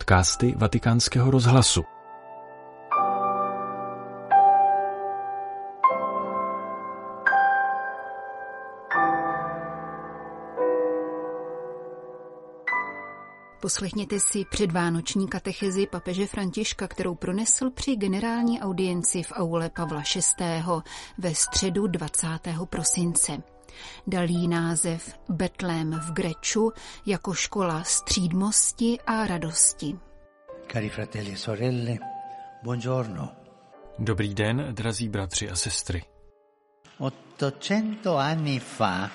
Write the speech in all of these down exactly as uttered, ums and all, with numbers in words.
podcasty Vatikánského rozhlasu. Poslechněte si předvánoční katechezi papeže Františka, kterou pronesl při generální audienci v aule Pavla šestého ve středu dvacátého prosince. Dal jí název Betlém v Greču jako škola střídmosti a radosti. Cari fratelli e sorelle, buongiorno. Dobrý den, drazí bratři a sestry. ottocento anni fa,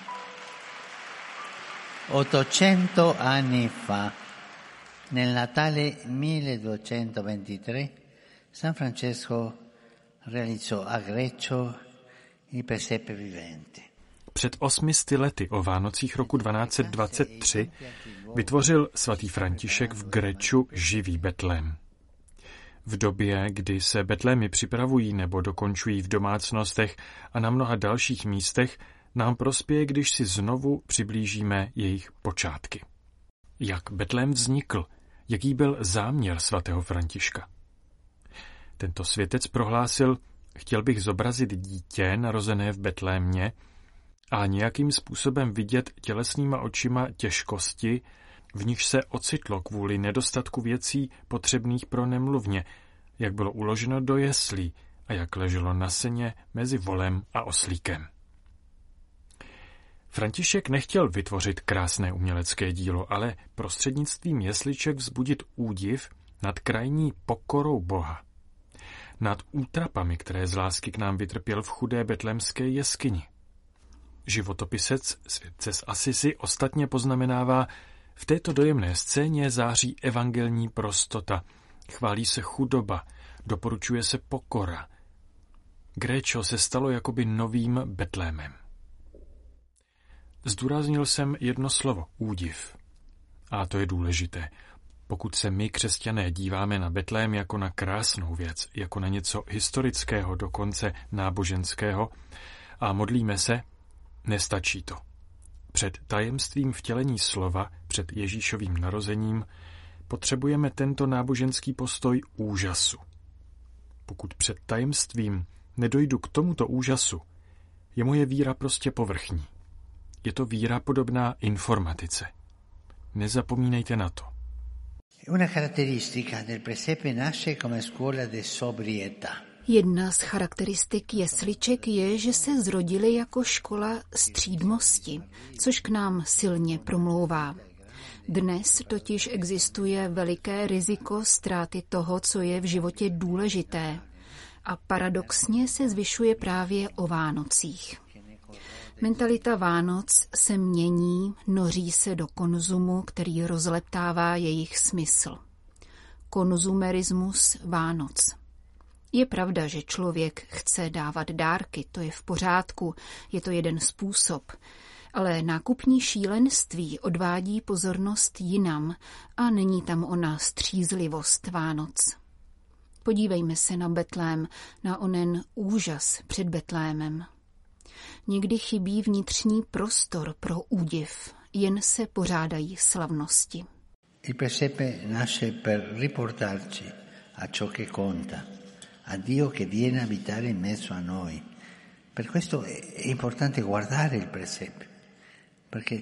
ottocento anni fa, nel Natale milleduecentoventitré, San Francesco realizzò a Greccio il presepe vivente. Před osmisty lety o Vánocích roku dvanáct dvacet tři vytvořil svatý František v Greču živý Betlém. V době, kdy se betlémy připravují nebo dokončují v domácnostech a na mnoha dalších místech, nám prospěje, když si znovu přiblížíme jejich počátky. Jak Betlém vznikl? Jaký byl záměr svatého Františka? Tento světec prohlásil: chtěl bych zobrazit dítě narozené v Betlémě a nějakým způsobem vidět tělesnýma očima těžkosti, v nichž se ocitlo kvůli nedostatku věcí potřebných pro nemluvně, jak bylo uloženo do jeslí a jak leželo na seně mezi volem a oslíkem. František nechtěl vytvořit krásné umělecké dílo, ale prostřednictvím jesliček vzbudit údiv nad krajní pokorou Boha, nad útrapami, které z lásky k nám vytrpěl v chudé betlémské jeskyni. Životopisec světce z Asisi ostatně poznamenává: v této dojemné scéně září evangelní prostota, chválí se chudoba, doporučuje se pokora. Gréčo se stalo jakoby novým Betlémem. Zdůraznil jsem jedno slovo, údiv. A to je důležité. Pokud se my, křesťané, díváme na Betlém jako na krásnou věc, jako na něco historického, dokonce náboženského, a modlíme se, nestačí to. Před tajemstvím vtělení slova, před Ježíšovým narozením, potřebujeme tento náboženský postoj úžasu. Pokud před tajemstvím nedojdu k tomuto úžasu, je moje víra prostě povrchní. Je to víra podobná informatice. Nezapomínejte na to. Una caratteristica del presepe nasce come scuola di sobrietà. Jedna z charakteristik jesliček je, že se zrodily jako škola střídmosti, což k nám silně promlouvá. Dnes totiž existuje veliké riziko ztráty toho, co je v životě důležité, a paradoxně se zvyšuje právě o Vánocích. Mentalita Vánoc se mění, noří se do konzumu, který rozleptává jejich smysl. Konzumerismus Vánoc. Je pravda, že člověk chce dávat dárky, to je v pořádku, je to jeden způsob, ale nákupní šílenství odvádí pozornost jinam a není tam ona střízlivost Vánoc. Podívejme se na Betlém, na onen úžas před Betlémem. Někdy chybí vnitřní prostor pro údiv, jen se pořádají slavnosti. Il presepe nasce per riportarci a ciò che conta, a Dio che viene a abitare in mezzo a noi. Per questo è importante guardare il presepe, perché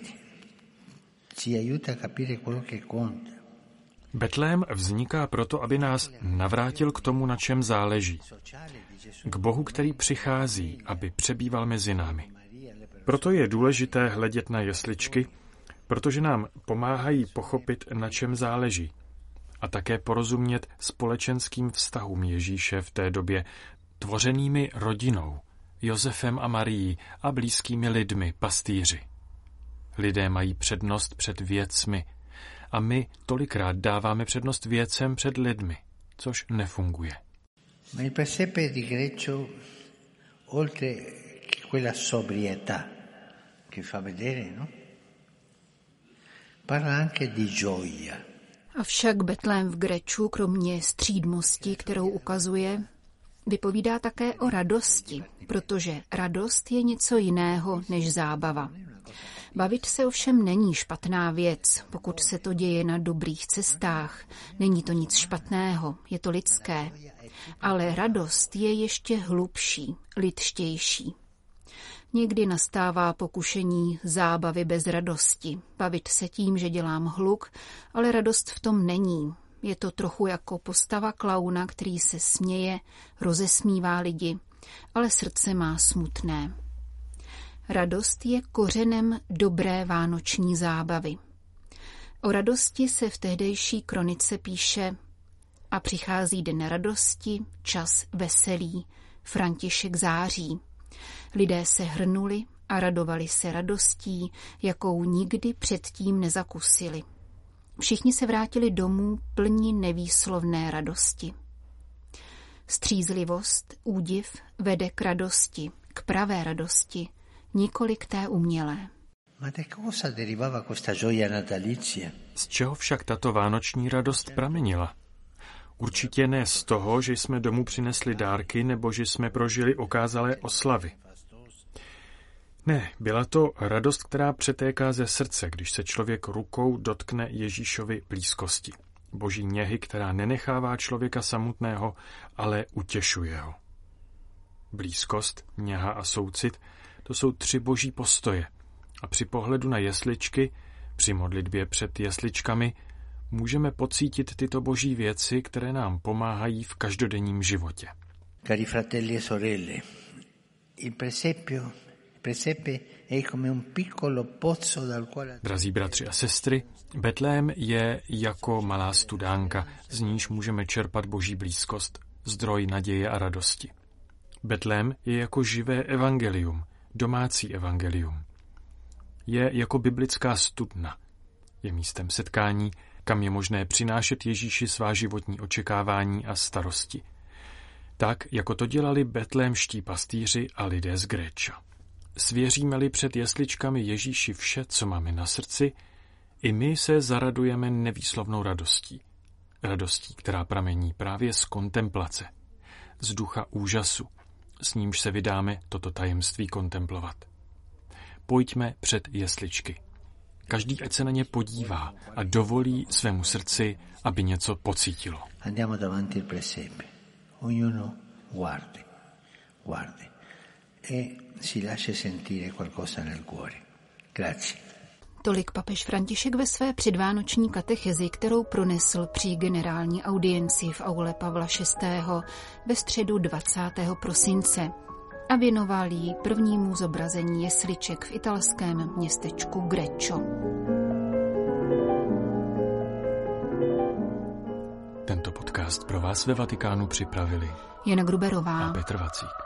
ci aiuta a capire quello che conta. Betlém vzniká proto, aby nás navrátil k tomu, na čem záleží. K Bohu, který přichází, aby přebýval mezi námi. Proto je důležité hledět na jesličky, protože nám pomáhají pochopit, na čem záleží. A také porozumět společenským vztahům Ježíše v té době, tvořenými rodinou, Josefem a Marií a blízkými lidmi, pastýři. Lidé mají přednost před věcmi a my tolikrát dáváme přednost věcem před lidmi, což nefunguje. Ma il presepe di Greccio, oltre quella sobrietà che fa vedere, no? Parla anche di gioia. Avšak Betlém v Greču, kromě střídmosti, kterou ukazuje, vypovídá také o radosti, protože radost je něco jiného než zábava. Bavit se ovšem není špatná věc, pokud se to děje na dobrých cestách. Není to nic špatného, je to lidské. Ale radost je ještě hlubší, lidštější. Někdy nastává pokušení zábavy bez radosti. Bavit se tím, že dělám hluk, ale radost v tom není. Je to trochu jako postava klauna, který se směje, rozesmívá lidi, ale srdce má smutné. Radost je kořenem dobré vánoční zábavy. O radosti se v tehdejší kronice píše: a přichází den radosti, čas veselý, František září. Lidé se hrnuli a radovali se radostí, jakou nikdy předtím nezakusili. Všichni se vrátili domů plni nevýslovné radosti. Střízlivost, údiv vede k radosti, k pravé radosti, nikoli k té umělé. Z čeho však tato vánoční radost pramenila? Určitě ne z toho, že jsme domů přinesli dárky nebo že jsme prožili okázalé oslavy. Ne, byla to radost, která přetéká ze srdce, když se člověk rukou dotkne Ježíšovy blízkosti. Boží něhy, která nenechává člověka samotného, ale utěšuje ho. Blízkost, něha a soucit, to jsou tři boží postoje. A při pohledu na jesličky, při modlitbě před jesličkami, můžeme pocítit tyto boží věci, které nám pomáhají v každodenním životě. Cari fratelli e sorelle, il presepio, il presepe è come un piccolo pozzo dal quale... Drazí bratři a sestry, Betlém je jako malá studánka, z níž můžeme čerpat boží blízkost, zdroj naděje a radosti. Betlém je jako živé evangelium, domácí evangelium. Je jako biblická studna. Je místem setkání, kam je možné přinášet Ježíši svá životní očekávání a starosti. Tak, jako to dělali betlémští pastýři a lidé z Gréča. Svěříme-li před jesličkami Ježíši vše, co máme na srdci, i my se zaradujeme nevýslovnou radostí. Radostí, která pramení právě z kontemplace, z ducha úžasu, s nímž se vydáme toto tajemství kontemplovat. Pojďme před jesličky. Každý ať se na ně podívá a dovolí svému srdci, aby něco pocítilo. Andiamo davanti al presepe. Ognuno guardi, guardi e si lascia sentire qualcosa nel cuore. Grazie. Tolik papež František ve své předvánoční katechezi, kterou pronesl při generální audienci v aule Pavla šestého ve středu dvacátého prosince a věnoval ji prvnímu zobrazení jesliček v italském městečku Greccio. Tento podcast pro vás ve Vatikánu připravili Jana Gruberová a Petr Vacík.